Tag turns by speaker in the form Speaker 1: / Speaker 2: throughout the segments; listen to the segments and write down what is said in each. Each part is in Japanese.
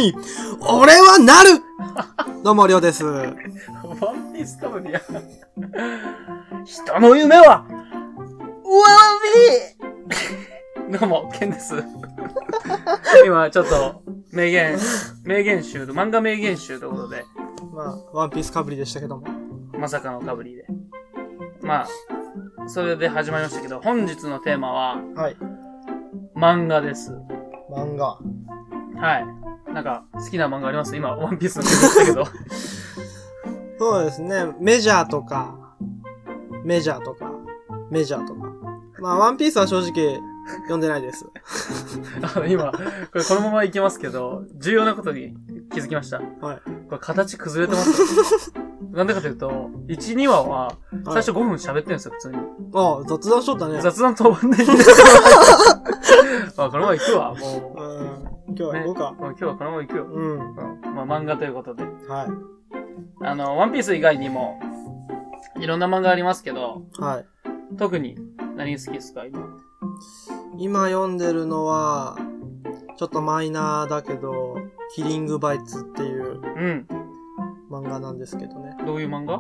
Speaker 1: に、俺はなるどうも、りょうです。
Speaker 2: ワンピースかぶりや。人の夢は、ワンピーどうも、ケンです。今、ちょっと、名言集、漫画名言集ということで。
Speaker 1: まあ、ワンピースかぶりでしたけども。
Speaker 2: まさかのかぶりで。まあ、それで始まりましたけど、本日のテーマは、
Speaker 1: はい。
Speaker 2: 漫画です。
Speaker 1: 漫画。
Speaker 2: はい。なんか、好きな漫画あります？今、ワンピースの件でしたけど。
Speaker 1: そうですね。メジャーとか。まあ、ワンピースは正直、読んでないです。
Speaker 2: 今、このままいきますけど、重要なことに気づきました。
Speaker 1: はい。
Speaker 2: これ形崩れてますよ。なんでかというと、1、2話は、最初5分喋ってるんですよ、普通に。
Speaker 1: ああ、雑談しとったね。
Speaker 2: 雑談当番でいいあ、このまま行くわ、も
Speaker 1: う。今日は行こうか。
Speaker 2: ね、今日はこのまま行くよ。まあ、漫画ということで。
Speaker 1: はい。
Speaker 2: ワンピース以外にも、いろんな漫画ありますけど、
Speaker 1: はい。
Speaker 2: 特に何好きですか、
Speaker 1: 今読んでるのは、ちょっとマイナーだけど、キリングバイツっていう漫画なんですけどね。
Speaker 2: どういう漫画？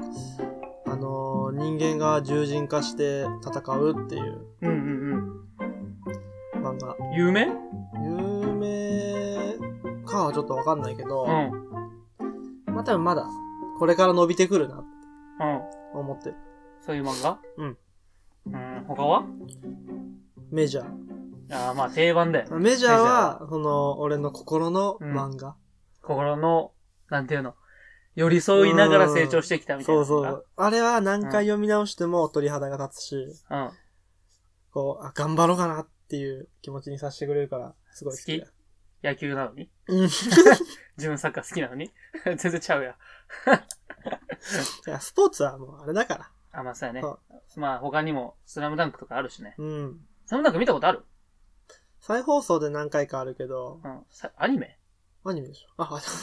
Speaker 1: 人間が獣人化して戦うっていう漫画。
Speaker 2: 有名
Speaker 1: かはちょっとわかんないけど、まあ多分まだこれから伸びてくるなって思ってる。
Speaker 2: そういう漫画？他は？
Speaker 1: メジャー。
Speaker 2: ああ、まあ定番で。
Speaker 1: メジャーは、俺の心の漫画。
Speaker 2: 心の、なんていうの、寄り添いながら成長してきたみたいな。
Speaker 1: そう。あれは何回読み直しても鳥肌が立つし、頑張ろうかなっていう気持ちにさせてくれるから、すごい好きだ。
Speaker 2: 野球なのに自分サッカー好きなのに全然ちゃうや。
Speaker 1: いや、スポーツはもうあれだから。
Speaker 2: あ、まあそうやね。まあ他にもスラムダンクとかあるしね。
Speaker 1: うん。
Speaker 2: スラムダンク見たことある？
Speaker 1: 再放送で何回かあるけど。
Speaker 2: アニメ
Speaker 1: でしょ。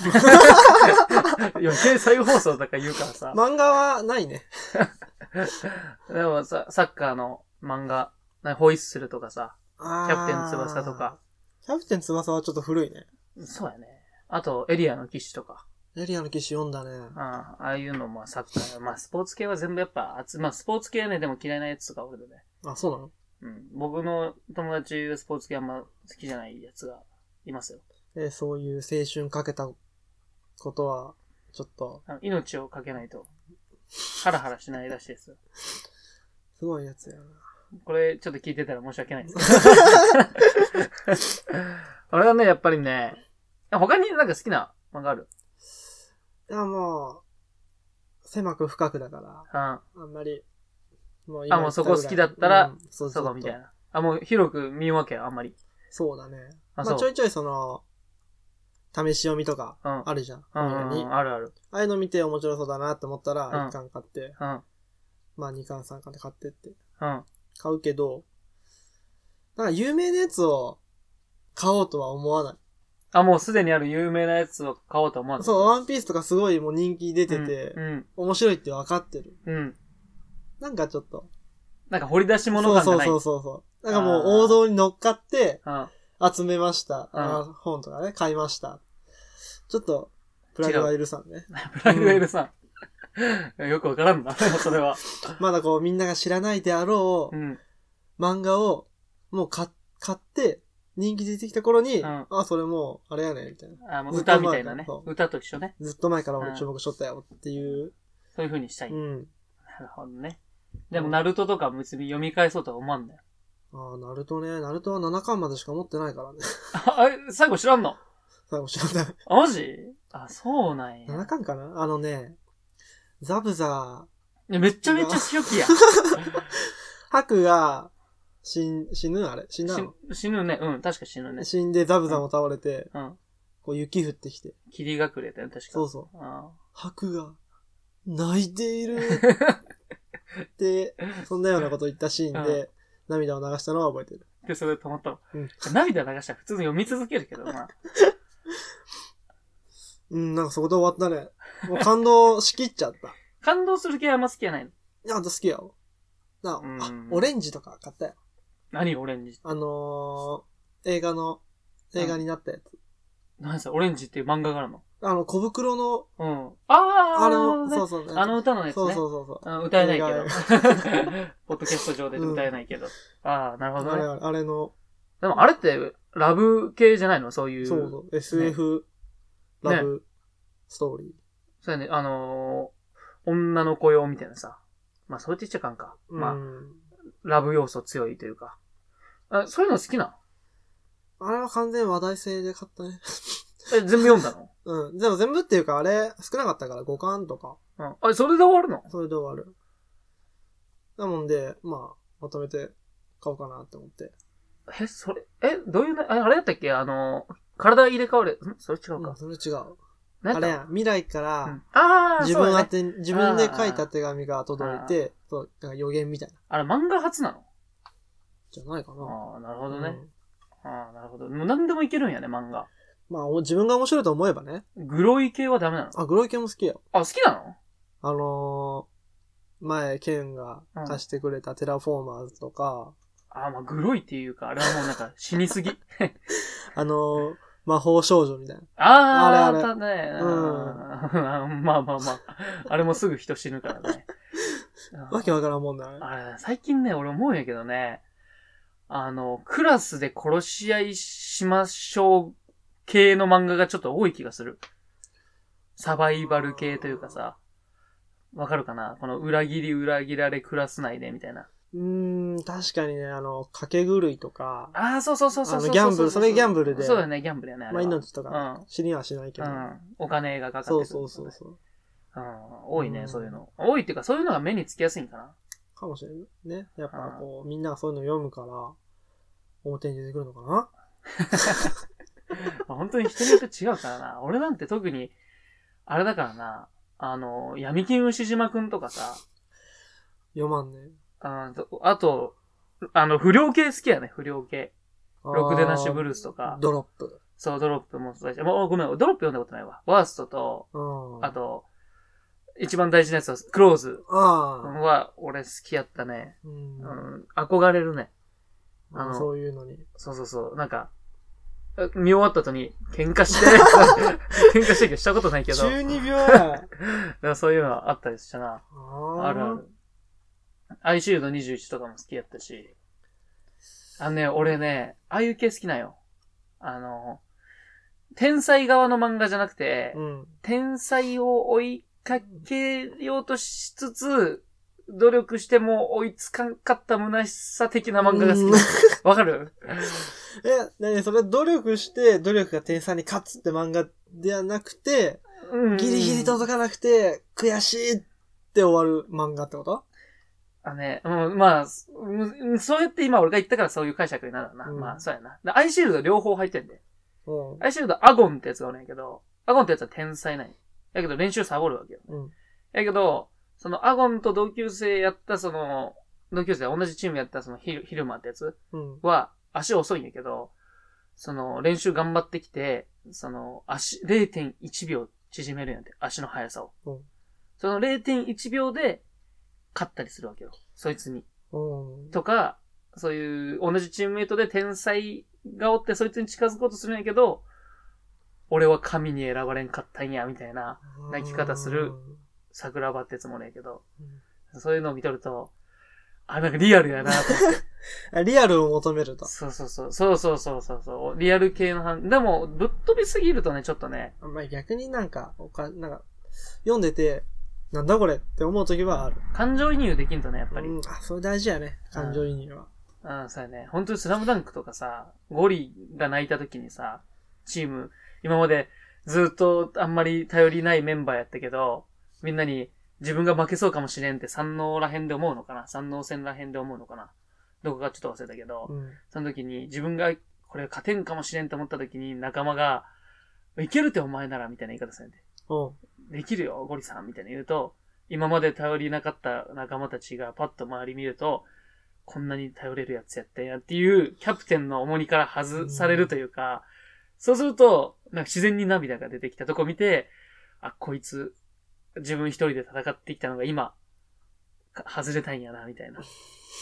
Speaker 2: 余計再放送とか言うからさ。
Speaker 1: 漫画はないね。
Speaker 2: でもさ、サッカーの漫画、ホイッスルとかさ、キャプテン翼とか。
Speaker 1: キャプテン翼はちょっと古いね。
Speaker 2: そうやね。あと、エリアの騎士とか。
Speaker 1: エリアの騎士読んだね。
Speaker 2: ああいうのもサッカー。まあ、スポーツ系は全部やっぱ、まあ、スポーツ系はね、でも嫌いなやつとかおるでね。
Speaker 1: あ、そうなの？
Speaker 2: 僕の友達、スポーツ系あんま好きじゃないやつがいますよ。
Speaker 1: そういう青春かけたことは、ちょっと。
Speaker 2: 命をかけないと、ハラハラしないらしいですよ。
Speaker 1: すごいやつやな。
Speaker 2: これ、ちょっと聞いてたら申し訳ないです。俺はね、やっぱりね、他になんか好きな漫画ある？
Speaker 1: いや、もう、狭く深くだから、あんまり、
Speaker 2: もうそこ好きだったら、そこみたいな。もう広く見るわけよ、あんまり。
Speaker 1: そうだね。まあちょいちょい試し読みとか、あるじゃん。
Speaker 2: あるある。
Speaker 1: ああいうの見て面白そうだなって思ったら、1巻買って、まあ2巻3巻で買ってって、買うけど、なんか有名なやつを買おうとは思わない。
Speaker 2: もうすでにある有名なやつを買おうと思わない。
Speaker 1: そう、ワンピースとかすごいもう人気出てて、面白いって分かってる。なんかちょっと。
Speaker 2: なんか掘り出し物感がない。
Speaker 1: そう。なんかもう王道に乗っかって、集めました。本とかね、買いました。ちょっと、プライドが許さんね。
Speaker 2: プライドが許さん。よくわからんな、それは。
Speaker 1: まだみんなが知らないであろう、漫画を、もう買って、人気出てきた頃に、それもう、あれやね、みたいな。
Speaker 2: もう歌みたいなね。歌と一緒ね。
Speaker 1: ずっと前から俺注目しとったよ、っていう。
Speaker 2: そういう風にしたい。なるほどね。でも、ナルトとか別に読み返そうとは思わんだよ。
Speaker 1: ナルトね。ナルトは7巻までしか持ってないからね。
Speaker 2: 最後知らんの？
Speaker 1: 最後知らない。
Speaker 2: マジ？そうなんや。
Speaker 1: 7巻かな？ザブザ
Speaker 2: ー。めっちゃ初期や。
Speaker 1: ハクが、死ぬあれ死んだの？
Speaker 2: 死ぬね。確か死ぬね。
Speaker 1: 死んでザブザも倒れて、こう雪降ってきて。
Speaker 2: 霧隠れたよ、確か。
Speaker 1: そう。ハクが、泣いている。で、そんなようなこと言ったシーンで、涙を流したのは覚えてる。
Speaker 2: で、それで止まったの。涙流したら普通に読み続けるけどな。
Speaker 1: なんかそこで終わったね。もう感動しきっちゃった。
Speaker 2: 感動する系はあんま好きじゃないの？
Speaker 1: いや、好きやよ。オレンジとか買ったよ。
Speaker 2: 何オレンジ？
Speaker 1: 映画になったやつ。
Speaker 2: 何それ、オレンジっていう漫画があるの？
Speaker 1: 小袋の、
Speaker 2: うん。あれ
Speaker 1: の、そうそう、
Speaker 2: あの歌のやつね。
Speaker 1: そう。
Speaker 2: 歌えないけど。ポッドキャスト上で歌えないけど。ああ、なるほどね。
Speaker 1: あれの。
Speaker 2: でもあれって、ラブ系じゃないの？そういう。
Speaker 1: そう。SF、ラブ、ストーリー。
Speaker 2: そうやね、女の子用みたいなさ。まあ、そうやって言っちゃかんか。まあ、ラブ要素強いというか。そういうの好きな
Speaker 1: の？あれは完全話題性で買ったね。
Speaker 2: 全部読んだの？
Speaker 1: うん。でも全部っていうか、あれ、少なかったから5巻とか。
Speaker 2: うん。それで終わるの？
Speaker 1: それで終わる。なもんで、まあ、まとめて買おうかなって思って。
Speaker 2: どういう、あれやったっけ体入れ替わる。それ違うか。
Speaker 1: それ違う。あれや、未来から、自分で書いた手紙が届いて、そう、なんか予言みたいな。
Speaker 2: あれ漫画初なの？
Speaker 1: じゃないかな。
Speaker 2: ああ、なるほどね。ああ、なるほど。もう何でもいけるんやね、漫画。
Speaker 1: まあ、自分が面白いと思えばね。
Speaker 2: グロい系はダメなの？
Speaker 1: グロい系も好きよ。
Speaker 2: 好きな
Speaker 1: の？前、ケンが貸してくれたテラフォーマーズとか。
Speaker 2: まあ、グロいっていうか、あれはもうなんか死にすぎ。
Speaker 1: 魔法少女みたいな。
Speaker 2: あれ。あったね。まあ。あれもすぐ人死ぬからね。
Speaker 1: わけわからんもんだね。
Speaker 2: 最近ね、俺思うんやけどね、クラスで殺し合いしましょう系の漫画がちょっと多い気がする。サバイバル系というかさ、わかるかな？この裏切られクラス内でみたいな。
Speaker 1: 確かにね、賭け狂いとか。
Speaker 2: そう。
Speaker 1: ギャンブル、それギャンブルで。
Speaker 2: そうだね、ギャンブルやね。
Speaker 1: まあ、命とか、死にはしないけど。
Speaker 2: お金がかかってる。
Speaker 1: そう。
Speaker 2: 多いね、そういうの。多いっていうか、そういうのが目につきやすいんかな。
Speaker 1: かもしれないね。やっぱみんながそういうの読むから、表に出てくるのかな。
Speaker 2: 本当に人によって違うからな。俺なんて特に、あれだからな、闇金牛島くんとかさ。
Speaker 1: 読まんね。
Speaker 2: あと、不良系好きやね、不良系。ロクデナッシュブルースとか。
Speaker 1: ドロップ。
Speaker 2: そう、ドロップもそうだし。ごめん、ドロップ読んだことないわ。ワーストと、あと、一番大事なやつは、クローズは、俺好きやったね。憧れるね。
Speaker 1: そういうのに。
Speaker 2: そう。なんか、見終わった後に、喧嘩してしたことないけど。
Speaker 1: 中二病や。
Speaker 2: そういうのはあったりしたな。ある。アイシールド21とかも好きやったし。俺ね、ああいう系好きなんよ。天才側の漫画じゃなくて、天才を追いかけようとしつつ、努力しても追いつかんかった虚しさ的な漫画が好き。わかる？
Speaker 1: それ努力して、努力が天才に勝つって漫画ではなくて、ギリギリ届かなくて、悔しいって終わる漫画ってこと？
Speaker 2: まあ、そうやって今俺が言ったからそういう解釈になるな。まあ、そうやな。アイシールド両方入ってんで。アイシールドアゴンってやつがおるんやけど、アゴンってやつは天才なんや。やけど練習サボるわけよ。やけど、そのアゴンと同級生やった同級生同じチームやったヒルマってやつは足遅いんやけど、練習頑張ってきて、足 0.1 秒縮めるんやんて、足の速さを。その 0.1 秒で勝ったりするわけよ。そいつに。とか、そういう同じチームメイトで天才がおってそいつに近づこうとするんやけど、俺は神に選ばれんかったんや、みたいな泣き方する桜庭ってやつもおるんやけど、そういうのを見とると、なんかリアルやなと思って。
Speaker 1: リアルを求めると。
Speaker 2: そう。リアル系のでも、ぶっ飛びすぎるとね、ちょっとね。
Speaker 1: まあ、逆になんか、読んでて、なんだこれって思うときはある。
Speaker 2: 感情移入できんとね、やっぱり。
Speaker 1: それ大事やね。感情移入は。
Speaker 2: そうやね。本当にスラムダンクとかさ、ゴリが泣いたときにさ、チーム、今までずっとあんまり頼りないメンバーやったけど、みんなに自分が負けそうかもしれんって山王ら辺で思うのかな？山王戦ら辺で思うのかな？どこかちょっと忘れたけど、その時に自分がこれ勝てんかもしれんと思った時に仲間が、いけるってお前ならみたいな言い方するんで。できるよ、ゴリさんみたいな言うと、今まで頼りなかった仲間たちがパッと周り見ると、こんなに頼れるやつやったんやっていうキャプテンの重荷から外されるというか、そうすると、なんか自然に涙が出てきたとこ見て、こいつ、自分一人で戦ってきたのが今、外れたんやな、みたいな。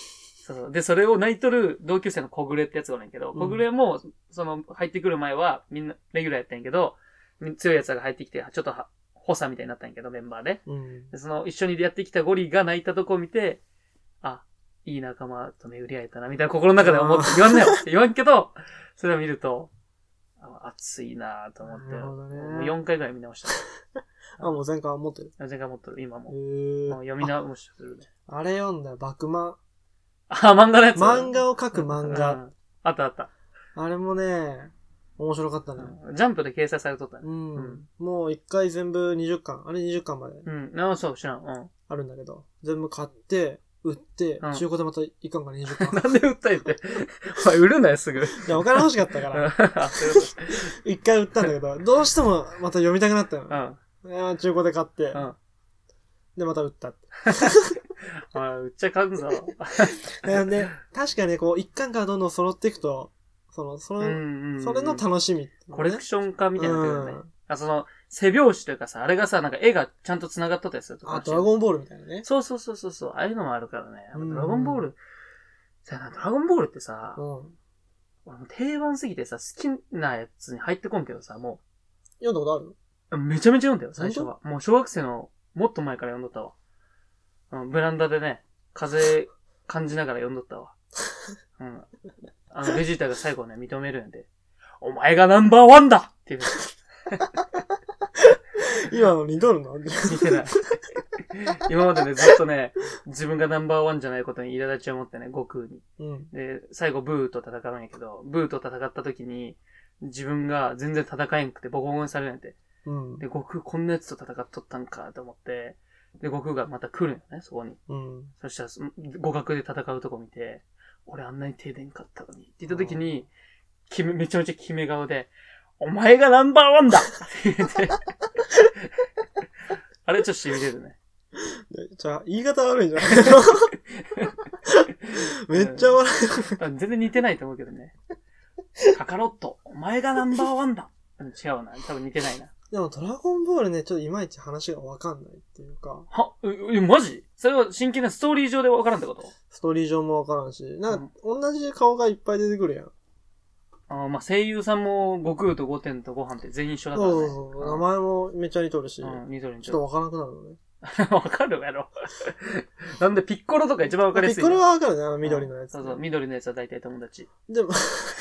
Speaker 2: そう。で、それを泣いとる同級生の小暮ってやつがおるんやけど、小暮も、入ってくる前はみんなレギュラーやったんやけど、強いやつが入ってきて、ちょっと補佐みたいになったんやけど、メンバーで。で一緒にやってきたゴリが泣いたとこを見て、あ、いい仲間と巡り合えたな、みたいな心の中で思って、言わんなよって言わんけど、それを見ると、熱いなぁと思って、
Speaker 1: なるほどね、
Speaker 2: もう4回ぐらい見直した。
Speaker 1: もう前回持ってる？
Speaker 2: 前回持ってる、今も。もう読み直しするね。
Speaker 1: あれ読んだよ、バクマン。
Speaker 2: 漫画のやつ？
Speaker 1: 漫画を描く漫画。
Speaker 2: あったあった。
Speaker 1: あれもね、面白かったね。
Speaker 2: ジャンプで掲載されとったね。
Speaker 1: もう一回全部20巻。あれ20巻まで。
Speaker 2: そう、知らん。
Speaker 1: あるんだけど。全部買って、売って、中古でまた1巻から20巻。
Speaker 2: なんで売ったんって。お前売るなよ、すぐ。い
Speaker 1: や、お金欲しかったから。一回売ったんだけど、どうしてもまた読みたくなったの。中古で買って。で、また売ったって。
Speaker 2: 売っちゃ買うんぞ。
Speaker 1: で、確かにこう、一巻からどんどん揃っていくと、それの楽しみ、
Speaker 2: コレクション化みたいになってるよね。背表紙というかさ、あれがさ、なんか絵がちゃんと繋がっとったりするとか。
Speaker 1: ドラゴンボールみたいなね。
Speaker 2: そう。ああいうのもあるからね。ドラゴンボール、ドラゴンボールってさ、定番すぎてさ、好きなやつに入ってこんけどさ、も
Speaker 1: う。読んだこと
Speaker 2: ある？めちゃめちゃ読んだよ、最初は。もう小学生のもっと前から読んどったわ。ベランダでね、風感じながら読んどったわ。ベジータが最後ね、認めるんで、お前がナンバーワンだって言う。
Speaker 1: 今の似とるの？
Speaker 2: 似てない。今までね、ずっとね、自分がナンバーワンじゃないことに苛立ちを持ってね、悟空に。で、最後ブーと戦うんやけど、ブーと戦った時に、自分が全然戦えんくてボコボコにされるんやて。で、悟空こんなやつと戦っとったんかと思って、で、悟空がまた来るんよね、そこに。そしたら、互角で戦うとこ見て、俺あんなに停電買ったのに。って言った時に、めちゃめちゃ決め顔で、お前がナンバーワンだって言って。あれちょっと痺れるね。
Speaker 1: じゃあ、言い方悪いんじゃないめっちゃ笑
Speaker 2: う。全然似てないと思うけどね。カカロット、お前がナンバーワンだ。違うな。多分似てないな。
Speaker 1: でもドラゴンボールね、ちょっといまいち話がわかんないっていうか。
Speaker 2: マジ？それは真剣なストーリー上でわからんってこと？
Speaker 1: ストーリー上もわからんし、同じ顔がいっぱい出てくるやん。
Speaker 2: 声優さんも悟空とゴテンとご飯って全員一緒だからね。
Speaker 1: そう。名前もめっちゃ似とるし。
Speaker 2: 似とる。
Speaker 1: ちょっとわからなくなるのね。
Speaker 2: わかるやろ。なんでピッコロとか一番わかりやすい。
Speaker 1: ピッコロはわかるね、緑のやつ。
Speaker 2: そう、緑のやつは大体友達。
Speaker 1: でも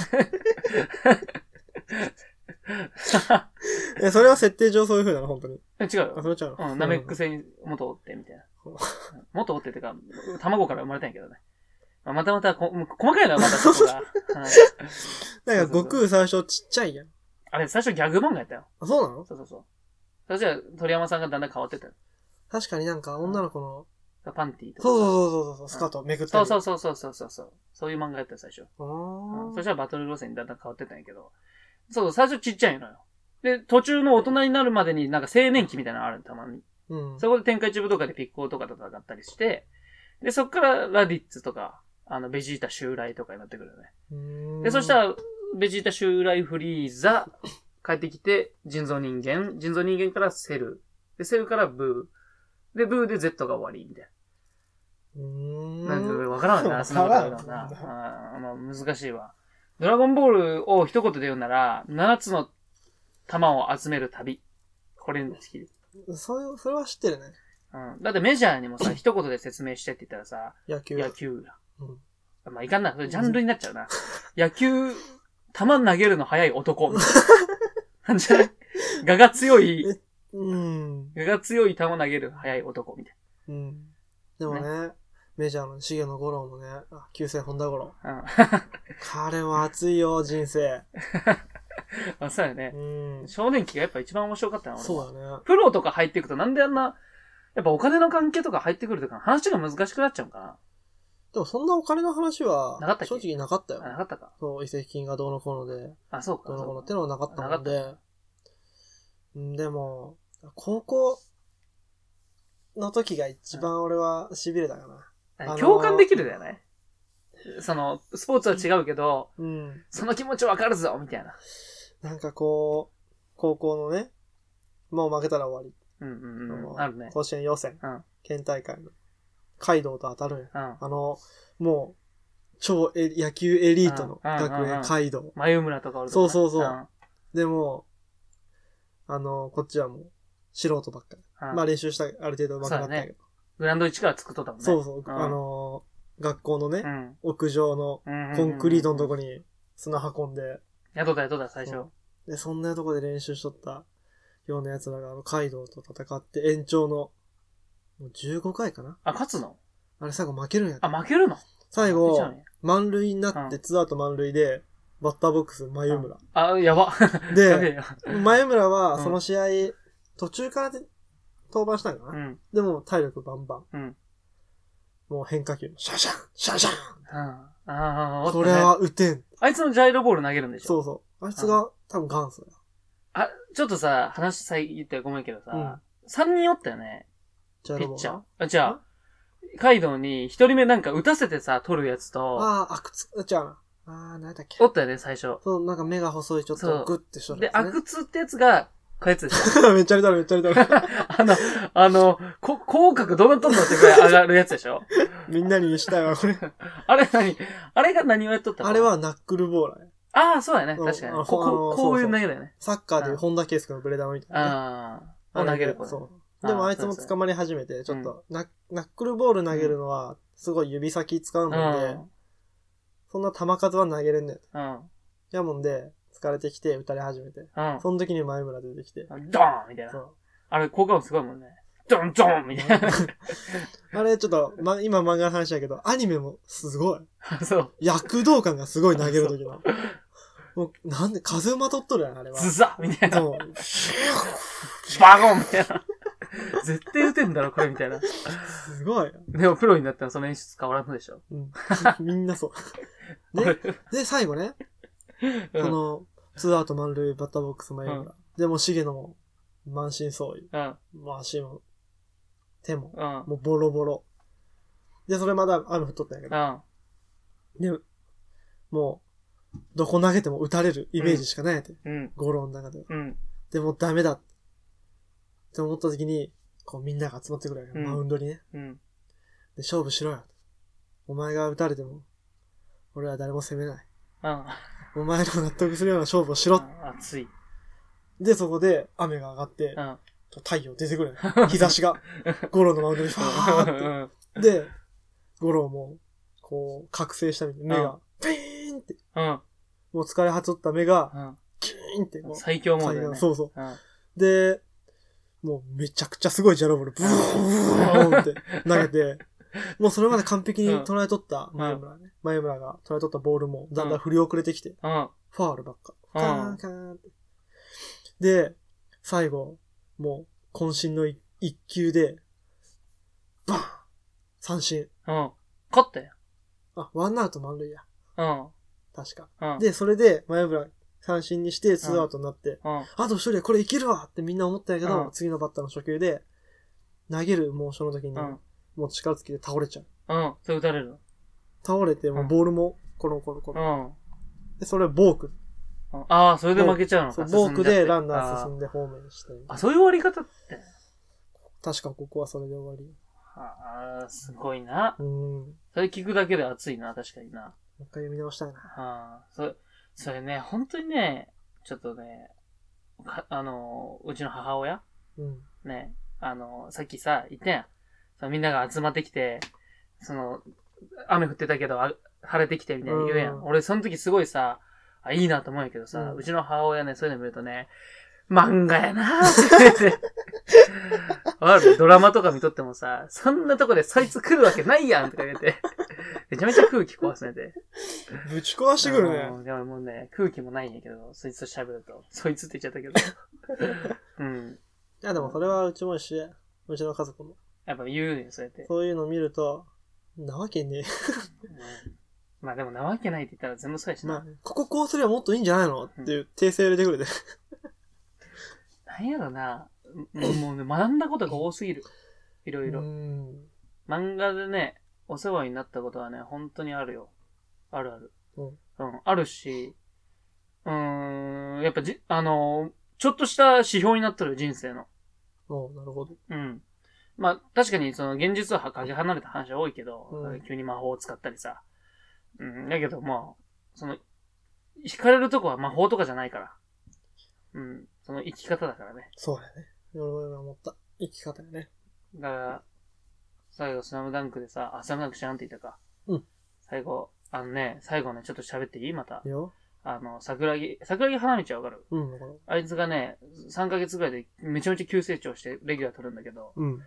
Speaker 1: それは設定上そういう風なの、本当に。
Speaker 2: 違うよ。
Speaker 1: それちゃうの。
Speaker 2: ナメック星に元おって、みたいな。元おってってか、卵から生まれたんやけどね。また細かいな、またそこが。
Speaker 1: なんか悟空最初ちっちゃいやん。
Speaker 2: あれ、最初ギャグ漫画やったよ。
Speaker 1: そうなの？
Speaker 2: そう。そしたら鳥山さんがだんだん変わってたよ。
Speaker 1: 確かになんか女の子の、
Speaker 2: パンティーとか。
Speaker 1: そう、スカートめくったり。
Speaker 2: そう。そういう漫画やったよ、最初。そしたらバトル路線にだんだん変わってたんやけど。そう、最初ちっちゃいのよ。で、途中の大人になるまでになんか青年期みたいなのあるたまに。そこで天下一部とかでピッコロとかと戦ったりして、で、そっからラディッツとか、ベジータ襲来とかになってくるよね。で、そしたら、ベジータ襲来フリーザ、帰ってきて、人造人間からセル。で、セルからブー。で、ブーで Z が終わり、みたいな。なんかわからんな、そんなことあるな。難しいわ。ドラゴンボールを一言で言うなら、7つの玉を集める旅。これに尽きる。
Speaker 1: それは知ってるね。
Speaker 2: だってメジャーにもさ、一言で説明してって言ったらさ、
Speaker 1: 野球
Speaker 2: や。いかんな。それジャンルになっちゃうな。野球、球投げるの早い男。なんじゃない我が強い球投げる早い男みたい
Speaker 1: な。でもね、メジャーの重野五郎もね、旧姓本田五郎。彼は熱いよ、人生。
Speaker 2: そうやね。少年期がやっぱ一番面白かったな、俺は。
Speaker 1: そうだね。
Speaker 2: プロとか入っていくとなんであんな、やっぱお金の関係とか入ってくるとか話が難しくなっちゃうかな。
Speaker 1: でもそんなお金の話は、正直なかったよ。
Speaker 2: なかったか。
Speaker 1: そう、移籍金がどうのこうので。
Speaker 2: そうか。
Speaker 1: どうのこうのってのはなかったので。でも、高校の時が一番俺は痺れたかな。
Speaker 2: 共感できるだよね。スポーツは違うけど、その気持ちわかるぞみたいな。
Speaker 1: なんかこう、高校のね、もう負けたら終わり。
Speaker 2: あるね。
Speaker 1: 甲子園予選。県大会の。カイドウと当たるんや。もう、 超野球エリートの学園、カイドウ。
Speaker 2: 眉村とかおると
Speaker 1: こ、ね。そうそうそう。でも、こっちはもう、素人ばっかり。まあ練習した、ある程度上手くなったけど。
Speaker 2: グラウンド1から作っとったもんね。
Speaker 1: そうそう。学校のね、屋上のコンクリートのとこに砂運んで。
Speaker 2: やっとった最初。
Speaker 1: で、そんなとこで練習しとったような奴らが、カイドウと戦って延長の、もう15回かな。
Speaker 2: あ、勝つの？
Speaker 1: あれ最後負けるんや。
Speaker 2: あ、負けるの？
Speaker 1: 最後、満塁になって、2アウト満塁で、バッターボックス、眉村。
Speaker 2: あ、やば。
Speaker 1: で、眉村は、その試合、途中からで登板したんかな。でも、体力バンバン。もう変化球、シャシャンシャシャンこれは打てん。
Speaker 2: あいつのジャイロボール投げるんでしょ？
Speaker 1: そうそう。あいつが、多分元祖や。
Speaker 2: あ、ちょっとさ、話言ってごめんけどさ、3人おったよね。
Speaker 1: ジャイロボール。
Speaker 2: ピッチャー。あ、じゃあ、カイドウに一人目なんか打たせてさ、取るやつと。
Speaker 1: じゃあ、なんだっけ。
Speaker 2: おったよね、最初。
Speaker 1: そう、なんか目が細い、ちょっとグッてしとる、
Speaker 2: ね。で、アクツってやつが、こやつですよ。
Speaker 1: めっちゃ似とる、めっちゃ似とる。
Speaker 2: 口角どうなっとんのってぐらい上がるやつでしょ？
Speaker 1: みんなにしたいわ、これ。
Speaker 2: あれが何をやっとったの？
Speaker 1: あれはナックルボーラーや。
Speaker 2: ああ、そうやね。確かに。こういう投げだよね。
Speaker 1: サッカーでいう本田圭佑のブレダーみたいな。
Speaker 2: ああ。投げる子。
Speaker 1: そう。でもあいつも捕まり始めて、ちょっと、ナックルボール投げるのは、すごい指先使うもんで、そんな球数は投げれんねん。やもんで、疲れてきて打たれ始めて。その時に前村出てきて。
Speaker 2: ドーンみたいな。あれ、効果もすごいもんね。ドンドンみたいな。
Speaker 1: あれ、ちょっと、今漫画の話だけど、アニメもすごい。
Speaker 2: そう。
Speaker 1: 躍動感がすごい投げる時の。もう、なんで、風をまとっとるやん、あれは。
Speaker 2: ズザみたいな。
Speaker 1: そう。
Speaker 2: バゴンみたいな。絶対打てんだろ、これみたいな。
Speaker 1: すごい。
Speaker 2: でも、プロになったらその演出変わらんのでしょ。
Speaker 1: みんなそう。で、最後ね。その、2アウト満塁バッターボックス前村。でも、重野も、満身創痍。もう足も、手も、もうボロボロ。で、それまだ雨降っとったんやけど。で、もう、どこ投げても打たれるイメージしかないやて。ゴロの中では。でもダメだ。って思った時に、こうみんなが集まってくるわけ。マウンドにね。で、勝負しろよ。お前が打たれても、俺は誰も責めない。お前の納得するような勝負をしろ。
Speaker 2: 熱い。
Speaker 1: で、そこで雨が上がって、太陽出てくる。日差しが、ゴロのマウンドにファーって。で、ゴロも、こう、覚醒したみたいな。目が、ピーンって。もう疲れ果つった目が、キーンって。
Speaker 2: 最強モードだよね。
Speaker 1: そうそう。で、もうめちゃくちゃすごいジャロボール、ブーンって投げて、もうそれまで完璧に捉えとった前村が捉えとったボールもだんだん振り遅れてきて、ファールばっか。カーンカーンって。で、最後、もう渾身の一球で、バーン三振。
Speaker 2: 勝ったよ。
Speaker 1: ワンアウト満塁や。確か。で、それで前村三振にして2アウトになって、あと一人でこれいけるわってみんな思ったんやけど、次のバッターの初球で、投げるモーションの時に、もう力尽きて倒れちゃう。
Speaker 2: それ打たれるの？
Speaker 1: 倒れて、もうボールもコロンコロンコロン。で、それボーク。
Speaker 2: それで負けちゃうのか。
Speaker 1: ボークでランナー進んでホームにして。
Speaker 2: そういう終わり方って。
Speaker 1: 確かここはそれで終わり。
Speaker 2: すごいな。それ聞くだけで熱いな、確かにな。
Speaker 1: もう一回読み直したいな。
Speaker 2: それね、本当にね、ちょっとね、うちの母親ね、さっきさ、言ったやん。みんなが集まってきて、雨降ってたけど、晴れてきてみたいに言うやん。俺、その時すごいさ、いいなと思うんやけどさ、うちの母親ね、そういうの見るとね、漫画やなーって言って。ドラマとか見とってもさ、そんなとこでそいつ来るわけないやんとか言って。めちゃめちゃ空気壊すねで。
Speaker 1: ぶち壊してくるね。
Speaker 2: でももうね、空気もないんやけど、そいつと喋ると。そいつって言っちゃったけど。
Speaker 1: いやでもそれはうちも一緒や。うちの家族も。
Speaker 2: やっぱ言うねん、そうやって。
Speaker 1: そういうの見ると、なわけねえ。
Speaker 2: まあでもなわけないって言ったら全部そうやしな。
Speaker 1: ここうすればもっといいんじゃないのっていう訂正入れてくるで。
Speaker 2: なんやろな。もうね、学んだことが多すぎる。いろいろ。漫画でね、お世話になったことはね、本当にあるよ。あるある。あるし、やっぱちょっとした指標になってる人生の。
Speaker 1: なるほど。
Speaker 2: まあ、確かに現実はかけ離れた話は多いけど、急に魔法を使ったりさ。 うん。だけど、まあ、その、惹かれるとこは魔法とかじゃないから。うん。その生き方だからね。
Speaker 1: そうだよね。俺が思った。生き方よね。
Speaker 2: だから、最後、スラムダンクでさ、スラムダンク知らんって言ったか。
Speaker 1: うん。
Speaker 2: 最後ね、ちょっと喋っていいまた。
Speaker 1: いいよ。
Speaker 2: 桜木花道はわかる？
Speaker 1: うん、わかる。
Speaker 2: あいつがね、3ヶ月ぐらいでめちゃめちゃ急成長してレギュラー取るんだけど、
Speaker 1: うん。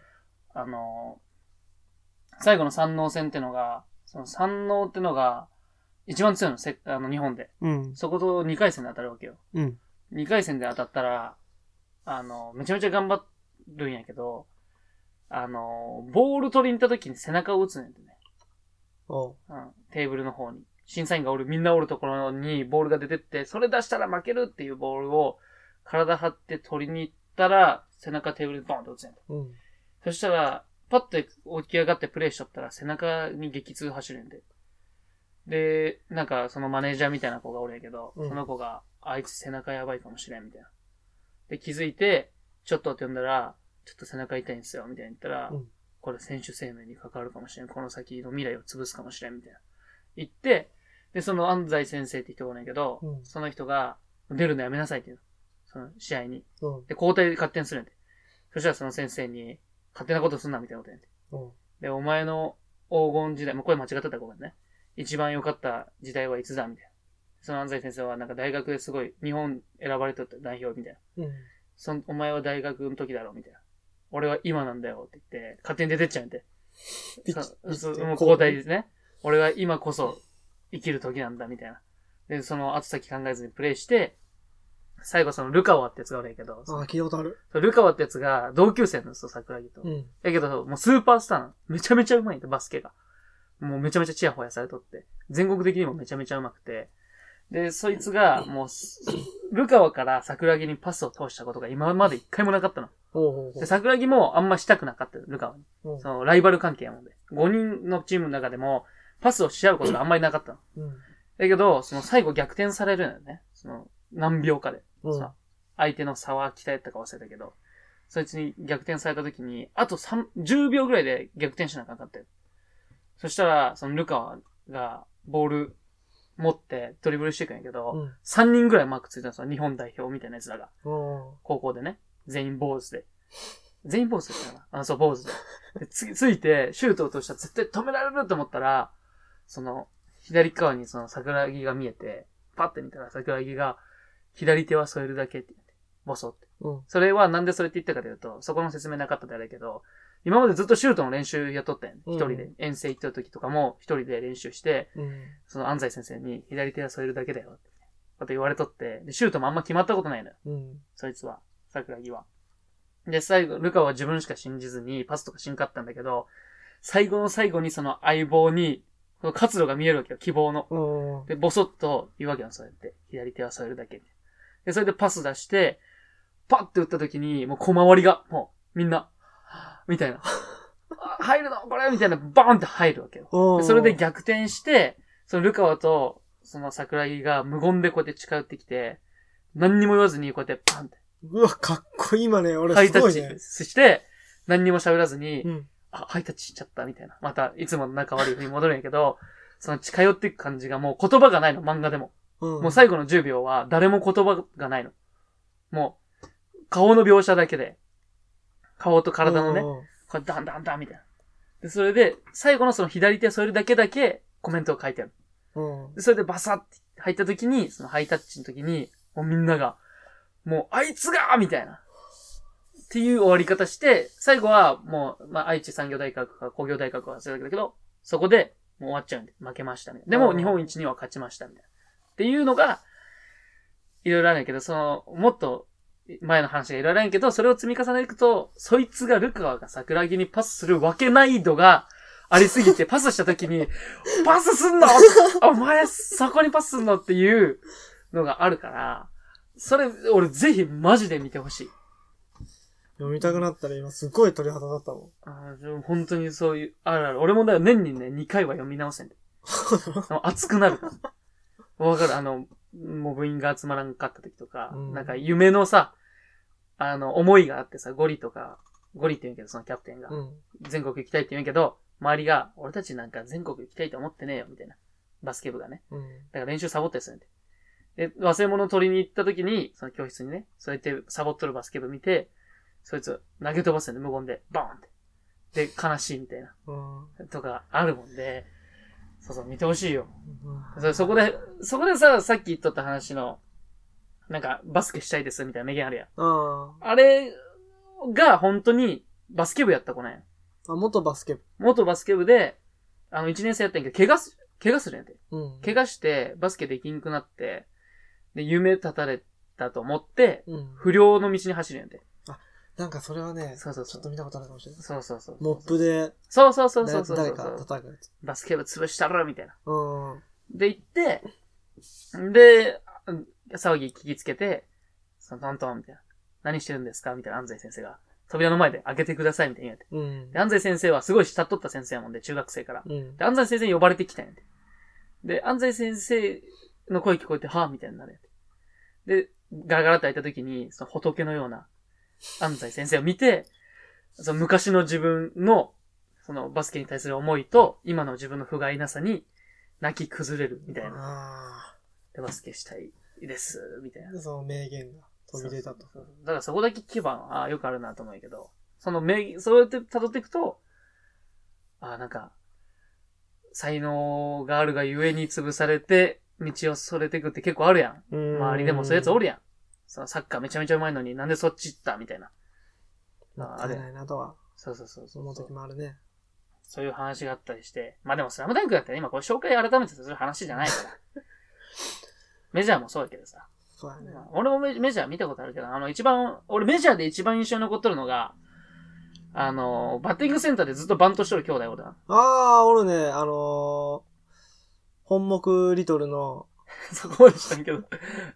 Speaker 2: 最後の三能戦ってのが、その三能ってのが、一番強いの、日本で。
Speaker 1: うん。
Speaker 2: そこと2回戦で当たるわけよ。
Speaker 1: うん。
Speaker 2: 2回戦で当たったら、めちゃめちゃ頑張るんやけど、ボール取りに行った時に背中を打つねんてね。
Speaker 1: おう。
Speaker 2: うん。テーブルの方に。審査員がみんなおるところにボールが出てって、それ出したら負けるっていうボールを体張って取りに行ったら、背中テーブルでボンと打つねんて。
Speaker 1: うん。
Speaker 2: そしたら、パッて起き上がってプレイしとったら背中に激痛走るんで。で、なんかそのマネージャーみたいな子がおるんやけど、その子が、あいつ背中やばいかもしれんみたいな。で、気づいて、ちょっとって呼んだら、ちょっと背中痛いんすよ、みたいに言ったら、これ選手生命に関わるかもしれん。この先の未来を潰すかもしれん、みたいな。言って、で、その安西先生って人がおるんやけど、その人が、出るのやめなさいって言うの。その試合に。で、交代で勝手にするんで。そしたらその先生に、勝手なことすんな、みたいなこと言うんで。で、お前の黄金時代、もうこれ間違ってたらごめんね。一番良かった時代はいつだみたいな。その安西先生はなんか大学ですごい日本選ばれとった代表みたいな。お前は大学の時だろみたいな。俺は今なんだよって言って、勝手に出てっちゃうんで。もう交代ですね。俺は今こそ生きる時なんだみたいな。で、その後先考えずにプレイして、最後そのルカワってやつがおるんやけど。
Speaker 1: 聞いたことある。
Speaker 2: ルカワってやつが同級生なんですよ、桜木と。だけど、もうスーパースターなの。めちゃめちゃうまいんだ、バスケが。もうめちゃめちゃチヤホヤされとって。全国的にもめちゃめちゃうまくて。で、そいつが、もう、ルカワから桜木にパスを通したことが今まで一回もなかったの。で、桜木もあんましたくなかった、ルカワに。その、ライバル関係やもんで。5人のチームの中でも、パスをし合うことがあんまりなかったの。だけど、その最後逆転されるんだよね。その、何秒かで。相手の差は鍛えたか忘れたけど、そいつに逆転された時に、あと10秒ぐらいで逆転しなかったよ。そしたら、そのルカワがボール持ってドリブルしていくんやけど、3人ぐらいマークついたんですよ。日本代表みたいなやつらが。高校でね。全員坊主で。全員坊主だったかな？そう、坊主で。ついて、シュートを落としたら絶対止められると思ったら、その、左側にその桜木が見えて、パッて見たら桜木が、左手は添えるだけって言って、ボソって。それはなんでそれって言ったかというと、そこの説明なかったであれけど、今までずっとシュートの練習やっとったんやん。一人で。遠征行った時とかも一人で練習して、その安西先生に左手は添えるだけだよって。こと言われとって、で、シュートもあんま決まったことないのよ。そいつは。桜木は。で、最後、ルカは自分しか信じずにパスとかしんかったんだけど、最後の最後にその相棒に、この活路が見えるわけよ。希望の。で、ボソッと言うわけよ。そうやって。左手は添えるだけ。で、それでパス出して、パッて打った時に、もう小回りが、もう、みんな、みたいな。入るのこれみたいな、バーンって入るわけよ。でそれで逆転して、そのルカワと、その桜木が無言でこうやって近寄ってきて、何にも言わずにこうやってパンって。
Speaker 1: うわ、かっこいい今ね、俺
Speaker 2: すごいね。ハイタッチして、何にも喋らずに、
Speaker 1: うん、
Speaker 2: ハイタッチしちゃったみたいな。また、いつもの仲悪い風に戻るんやけど、その近寄っていく感じがもう言葉がないの、漫画でも。もう最後の10秒は誰も言葉がないの。もう、顔の描写だけで、顔と体のね、これダンダンダンみたいな。で、それで、最後のその左手添えるだけコメントを書いてある。で、それでバサッて入った時に、そのハイタッチの時に、もうみんなが、もう、あいつがみたいな。っていう終わり方して、最後はもう、まあ、愛知産業大学か工業大学は忘れたけど、そこでもう終わっちゃうんで、負けましたみたいな。でも、日本一には勝ちましたみたいな。っていうのが、いろいろあるんやけど、その、もっと、前の話がいろいろあるんやけど、それを積み重ねていくと、そいつがルカワが桜木にパスするわけない度がありすぎて、パスした時に、パスすんのお前、そこにパスすんのっていうのがあるから、それ、俺ぜひマジで見てほしい。
Speaker 1: 読みたくなったら今すごい鳥肌だったも
Speaker 2: ん。本当にそういう、あるある。俺もだよ、年にね、2回は読み直せんで。熱くなるから。わかる。もう部員が集まらんかった時とか、なんか夢のさ、思いがあってさ、ゴリって言うんやけど、そのキャプテンが、全国行きたいって言うんやけど、周りが、俺たちなんか全国行きたいと思ってねえよ、みたいな。 バスケ部がね。
Speaker 1: うん。
Speaker 2: だから練習サボったりするんで。で、忘れ物取りに行った時に、その教室にね、そうやってサボっとるバスケ部見て、そいつ投げ飛ばすんで、無言で、バーンって。で、悲しいみたいな。とか、あるもんで、そうそう、見てほしいよ。そこでさ、さっき言っとった話の、なんか、バスケしたいですみたいな名言あるやん。あれが本当にバスケ部やった子ね。
Speaker 1: 元バスケ部。
Speaker 2: 元バスケ部で、1年生やったんやけど、怪我するんやて。怪我して、バスケできんくなって、で、夢立たれたと思って、不良の道に走るんやて。
Speaker 1: なんかそれはね、
Speaker 2: ちょ
Speaker 1: っと見たことあるかもしれない。
Speaker 2: そうそうそう。
Speaker 1: モップで、
Speaker 2: 誰
Speaker 1: か叩くやつ。
Speaker 2: バスケ部潰したらみたいな。で、行って、で、騒ぎ聞きつけて、トントンみたいな。何してるんですかみたいな安西先生が。扉の前で開けてくださいみたいな言うやて。で、安西先生はすごい慕っとった先生やもんで、中学生から。で、安西先生に呼ばれてきたんやて。で、安西先生の声聞こえて、はぁみたいになるやて。で、ガラガラって開いた時に、その仏のような安西先生を見て、その昔の自分の、そのバスケに対する思いと、今の自分の不甲斐なさに泣き崩れるみたいな。で、バスケしたいです、みたいな。
Speaker 1: その名言が飛び出たと。
Speaker 2: だからそこだけ聞けば、よくあるなと思うけど、そうやって辿っていくと、なんか、才能があるがゆえに潰されて、道をそれていくって結構あるやん。周りでもそういうやつおるやん。そのサッカーめちゃめちゃ上手いのになんでそっち行ったみたいな。
Speaker 1: あれないなとは。
Speaker 2: そう。
Speaker 1: 思う時もあるね。
Speaker 2: そういう話があったりして。まあでもスラムダンクだったら今これ紹介改めてする話じゃないから。メジャーもそうだけどさ。
Speaker 1: そうだね。
Speaker 2: 俺もメジャー見たことあるけど、俺メジャーで一番印象に残っとるのが、バッティングセンターでずっとバントしとる兄弟おるな。
Speaker 1: おるね。本木リトルの。
Speaker 2: そこまでしたんけど。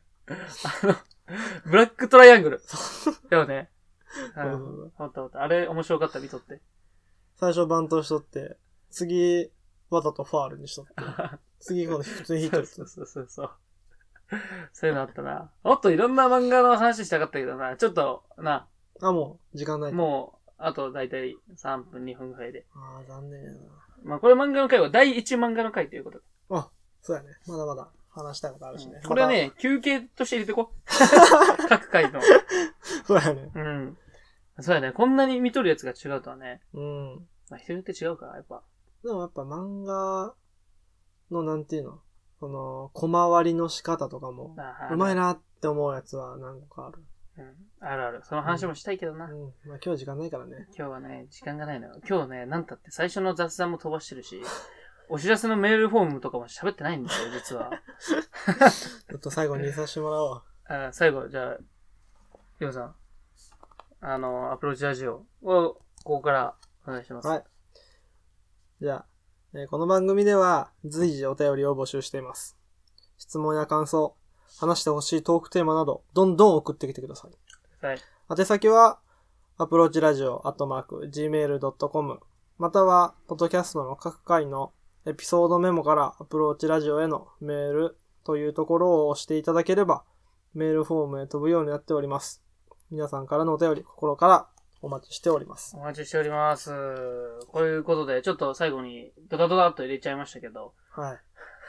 Speaker 2: ブラックトライアングル。でもね。あれ面白かった見とって。
Speaker 1: 最初バントしとって、次、わざとファールにしとって、次今度普通にヒットして。
Speaker 2: そう。そういうのあったな。もっといろんな漫画の話したかったけどな。ちょっと、な。
Speaker 1: もう、時間ない。
Speaker 2: もう、あとだいたい3分、2分くらいで。
Speaker 1: 残念やな。
Speaker 2: まあこれ漫画の回は第1漫画の回ということで。
Speaker 1: そうやね。まだまだ話したいことあるしね。
Speaker 2: これね、休憩として入れてこ。各回の。
Speaker 1: そうやね。
Speaker 2: そうやね。こんなに見とるやつが違うとはね。まあ人によって違うから、やっぱ。
Speaker 1: でもやっぱ漫画のなんていうのその、小回りの仕方とかも、うまいなって思うやつは何個かある。
Speaker 2: あるある。その話もしたいけどな。
Speaker 1: まあ今日時間ないからね。
Speaker 2: 今日はね、時間がないのよ。今日ね、なんたって最初の雑談も飛ばしてるし、お知らせのメールフォームとかも喋ってないんですよ、実は。
Speaker 1: ちょっと最後にさせてもらおう。
Speaker 2: 最後、じゃあ、ヨウさん。アプローチラジオを、ここからお願いします。
Speaker 1: はい。じゃあ、この番組では随時お便りを募集しています。質問や感想、話してほしいトークテーマなど、どんどん送ってきてください。
Speaker 2: はい。
Speaker 1: 宛先は、approachradio@gmail.com または、ポッドキャストの各回のエピソードメモからアプローチラジオへのメールというところを押していただければ、メールフォームへ飛ぶようになっております。皆さんからのお便り、心からお待ちしております。
Speaker 2: お待ちしております。こういうことで、ちょっと最後にドタドタっと入れちゃいましたけど。
Speaker 1: はい。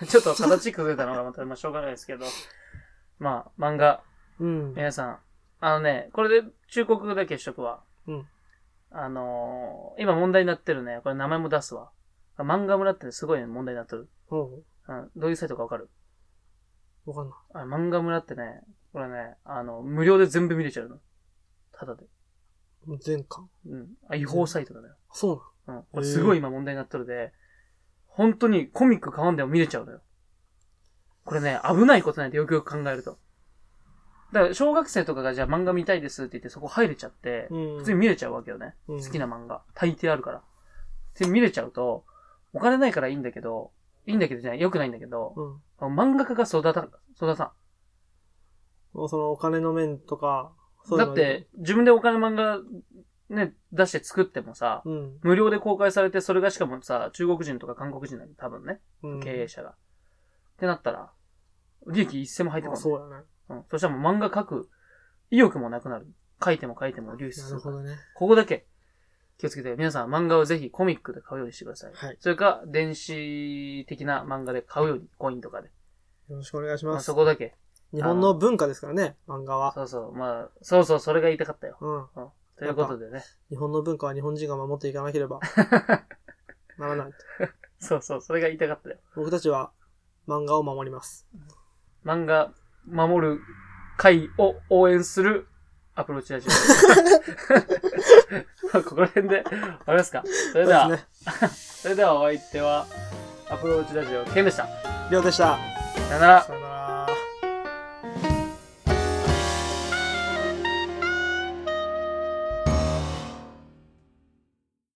Speaker 2: ちょっと形崩れたのがまたしょうがないですけど。まあ、漫画。皆さん。これで忠告だけしとくわ。今問題になってるね。これ名前も出すわ。漫画村ってすごい問題になってる。どういうサイトかわかる？
Speaker 1: わかんない。
Speaker 2: 漫画村ってね、これね、無料で全部見れちゃうの。ただで。
Speaker 1: 全巻？
Speaker 2: 違法サイトだよ。
Speaker 1: そうなの？
Speaker 2: これすごい今問題になってるで、本当にコミック買わんでも見れちゃうのよ。これね、危ないことないってよくよく考えると。だから、小学生とかがじゃあ漫画見たいですって言ってそこ入れちゃって、普通に見れちゃうわけよね。好きな漫画。大抵あるから。で、見れちゃうと、お金ないからいいんだけどじゃない、良くないんだけど、漫画家が育たん。
Speaker 1: そのお金の面とか、
Speaker 2: だって、自分でお金漫画ね、出して作ってもさ、無料で公開されて、それがしかもさ、中国人とか韓国人なんで多分ね、経営者が。ってなったら、利益一銭も入ってこない。
Speaker 1: そうだね。
Speaker 2: そしたらもう漫画描く意欲もなくなる。書いても流出する。
Speaker 1: なるほどね。
Speaker 2: ここだけ。 気をつけて、皆さん漫画をぜひコミックで買うようにしてください。
Speaker 1: はい。
Speaker 2: それか、電子的な漫画で買うように、コインとかで。
Speaker 1: よろしくお願いします。
Speaker 2: そこだけ。
Speaker 1: 日本の文化ですからね、漫画は。
Speaker 2: そうそう。そうそう、それが言いたかったよ。ということでね。
Speaker 1: 日本の文化は日本人が守っていかなければならない。
Speaker 2: そうそう、それが言いたかったよ。僕
Speaker 1: たちは漫画を守ります。
Speaker 2: 漫画、守る会を応援するアプローチラジオ。ここら辺で終わりますか。それでは、それではお相手は、アプローチラジオ、ケンでした。
Speaker 1: りょうでした。
Speaker 2: さよなら。